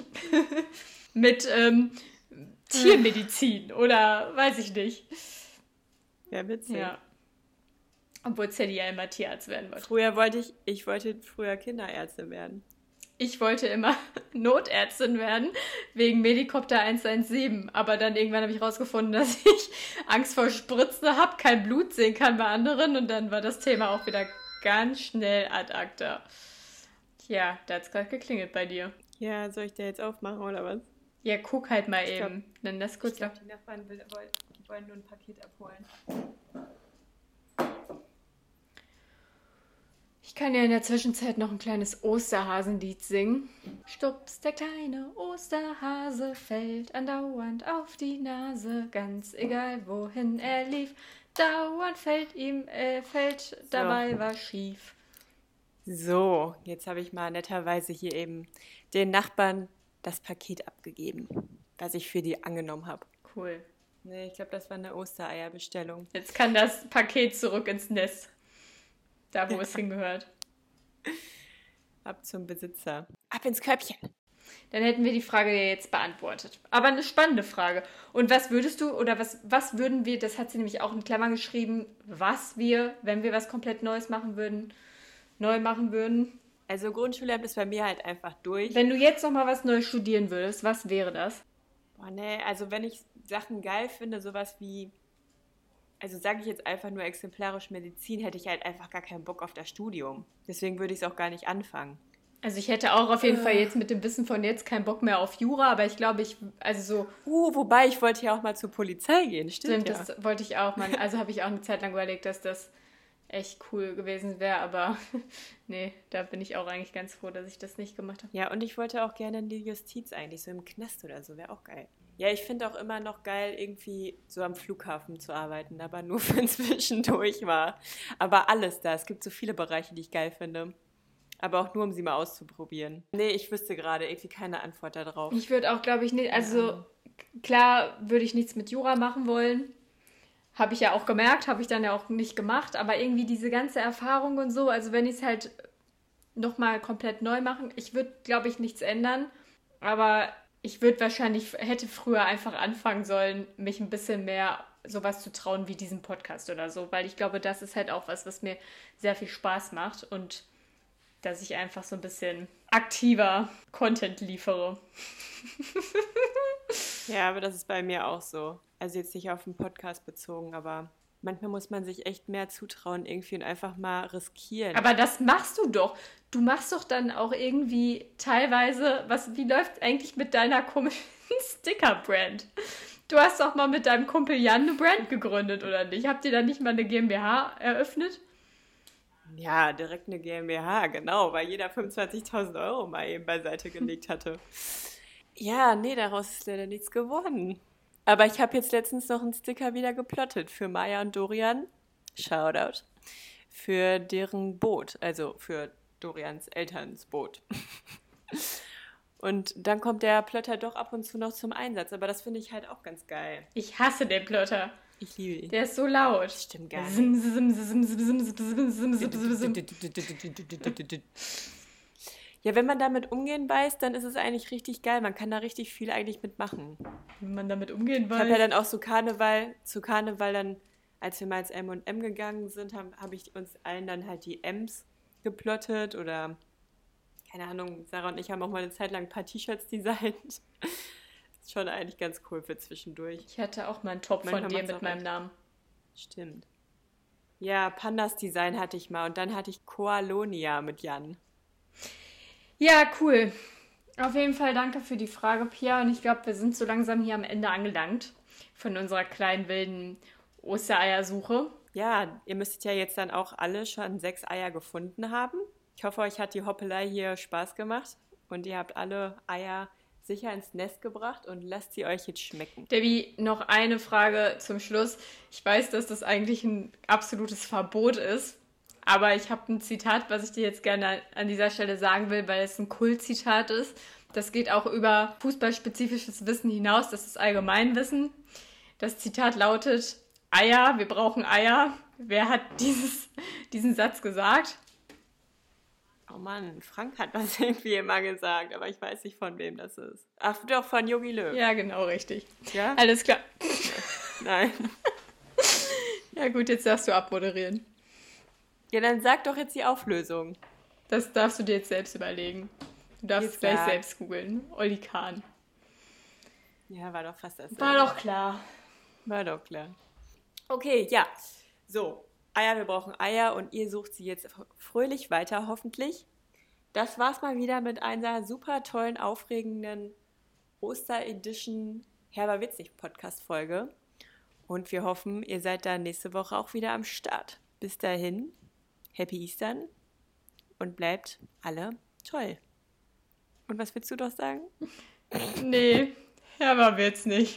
Mit ähm, Tiermedizin oder weiß ich nicht. Ja, witzig. Ja. Obwohl Sadie ja immer Tierarzt werden wollte. Früher wollte ich, ich wollte früher Kinderärztin werden. Ich wollte immer Notärztin werden, wegen Medikopter eins eins sieben. Aber dann irgendwann habe ich rausgefunden, dass ich Angst vor Spritzen habe, kein Blut sehen kann bei anderen. Und dann war das Thema auch wieder ganz schnell ad acta. Tja, da hat es gerade geklingelt bei dir. Ja, soll ich da jetzt aufmachen oder was? Ja, guck halt mal Ich glaub- eben. Dann lass kurz Ich glaube, noch. die Nachbarn will, wollen, die wollen nur ein Paket abholen. Ich kann ja in der Zwischenzeit noch ein kleines Osterhasenlied singen. Stups, der kleine Osterhase fällt andauernd auf die Nase. Ganz egal, wohin er lief, dauernd fällt ihm, äh, fällt dabei was schief. So, jetzt habe ich mal netterweise hier eben den Nachbarn das Paket abgegeben, was ich für die angenommen habe. Cool. Nee, ich glaube, das war eine Ostereierbestellung. Jetzt kann das Paket zurück ins Nest. Da, wo es hingehört. Ab zum Besitzer. Ab ins Körbchen. Dann hätten wir die Frage ja jetzt beantwortet. Aber eine spannende Frage. Und was würdest du, oder was, was würden wir, das hat sie nämlich auch in Klammern geschrieben, was wir, wenn wir was komplett Neues machen würden, neu machen würden? Also Grundschullehramt ist bei mir halt einfach durch. Wenn du jetzt noch mal was Neues studieren würdest, was wäre das? Boah, nee, also wenn ich Sachen geil finde, sowas wie, also sage ich jetzt einfach nur exemplarisch Medizin, hätte ich halt einfach gar keinen Bock auf das Studium. Deswegen würde ich es auch gar nicht anfangen. Also ich hätte auch auf jeden Fall jetzt mit dem Wissen von jetzt keinen Bock mehr auf Jura, aber ich glaube, ich, also so, Uh, wobei ich wollte ja auch mal zur Polizei gehen, stimmt, stimmt, ja. das wollte ich auch mal, also habe ich auch eine Zeit lang überlegt, dass das echt cool gewesen wäre, aber nee, da bin ich auch eigentlich ganz froh, dass ich das nicht gemacht habe. Ja, und ich wollte auch gerne in die Justiz eigentlich, so im Knast oder so, wäre auch geil. Ja, ich finde auch immer noch geil, irgendwie so am Flughafen zu arbeiten, aber nur wenn es zwischendurch war. Aber alles da, es gibt so viele Bereiche, die ich geil finde. Aber auch nur, um sie mal auszuprobieren. Nee, ich wüsste gerade irgendwie keine Antwort darauf. Ich würde auch, glaube ich, nicht, also klar würde ich nichts mit Jura machen wollen. Habe ich ja auch gemerkt, habe ich dann ja auch nicht gemacht, aber irgendwie diese ganze Erfahrung und so, also wenn ich es halt nochmal komplett neu machen, ich würde, glaube ich, nichts ändern, aber ich würde wahrscheinlich, hätte früher einfach anfangen sollen, mich ein bisschen mehr sowas zu trauen wie diesen Podcast oder so, weil ich glaube, das ist halt auch was, was mir sehr viel Spaß macht und dass ich einfach so ein bisschen aktiver Content liefere. Ja, aber das ist bei mir auch so. Also jetzt nicht auf den Podcast bezogen, aber manchmal muss man sich echt mehr zutrauen irgendwie und einfach mal riskieren. Aber das machst du doch. Du machst doch dann auch irgendwie teilweise, was, wie läuft eigentlich mit deiner komischen Sticker-Brand? Du hast doch mal mit deinem Kumpel Jan eine Brand gegründet, oder nicht? Habt ihr da nicht mal eine GmbH eröffnet? Ja, direkt eine GmbH, genau, weil jeder fünfundzwanzigtausend Euro mal eben beiseite gelegt hatte. Ja, nee, daraus ist leider nichts geworden. Aber ich habe jetzt letztens noch einen Sticker wieder geplottet für Maya und Dorian. Shoutout. Für deren Boot, also für Dorians Elterns Boot. Und dann kommt der Plotter doch ab und zu noch zum Einsatz. Aber das finde ich halt auch ganz geil. Ich hasse den Plotter. Ich liebe ihn. Der ist so laut. Stimmt gar nicht. Sim, sim, sim, sim, sim, sim, sim, sim, sim, sim. Ja, wenn man damit umgehen weiß, dann ist es eigentlich richtig geil. Man kann da richtig viel eigentlich mitmachen. Wenn man damit umgehen Ich habe ja weiß. dann auch so Karneval, zu Karneval dann, als wir mal ins M und M gegangen sind, habe hab ich uns allen dann halt die M's geplottet oder, keine Ahnung, Sarah und ich haben auch mal eine Zeit lang ein paar T-Shirts designt. Ist schon eigentlich ganz cool für zwischendurch. Ich hatte auch mal einen Top von Manchmal dir macht's mit auch meinem echt. Namen. Stimmt. Ja, Pandas Design hatte ich mal und dann hatte ich Koalonia mit Jan. Ja, cool. Auf jeden Fall danke für die Frage, Pia. Und ich glaube, wir sind so langsam hier am Ende angelangt von unserer kleinen wilden Ostereiersuche. Ja, ihr müsstet ja jetzt dann auch alle schon sechs Eier gefunden haben. Ich hoffe, euch hat die Hoppelei hier Spaß gemacht und ihr habt alle Eier sicher ins Nest gebracht und lasst sie euch jetzt schmecken. Debbie, noch eine Frage zum Schluss. Ich weiß, dass das eigentlich ein absolutes Verbot ist, aber ich habe ein Zitat, was ich dir jetzt gerne an dieser Stelle sagen will, weil es ein Kultzitat ist. Das geht auch über fußballspezifisches Wissen hinaus, das ist Allgemeinwissen. Das Zitat lautet: Eier, wir brauchen Eier. Wer hat dieses, diesen Satz gesagt? Oh Mann, Frank hat das irgendwie immer gesagt, aber ich weiß nicht, von wem das ist. Ach, doch, von Jogi Löw. Ja, genau, richtig. Ja? Alles klar. Nein. Ja gut, jetzt darfst du abmoderieren. Ja, dann sag doch jetzt die Auflösung. Das darfst du dir jetzt selbst überlegen. Du darfst Jetzt es gleich sag. selbst googeln. Olli Kahn. Ja, war doch fast das. War doch klar. War doch klar. Okay, ja. So, Eier, wir brauchen Eier und ihr sucht sie jetzt fröhlich weiter, hoffentlich. Das war's mal wieder mit einer super tollen, aufregenden Oster-Edition Herber-Witzig-Podcast-Folge. Und wir hoffen, ihr seid dann nächste Woche auch wieder am Start. Bis dahin, Happy Eastern und bleibt alle toll. Und was willst du doch sagen? Nee, Herber wird's nicht.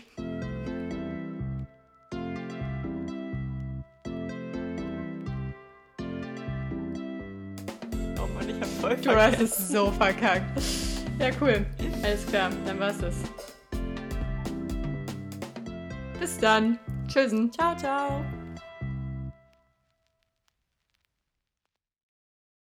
Oh Mann, ich hab voll Du hast vergessen. es so verkackt. Ja, cool. Alles klar, dann war's das. Bis dann. Tschüssen. Ciao, ciao.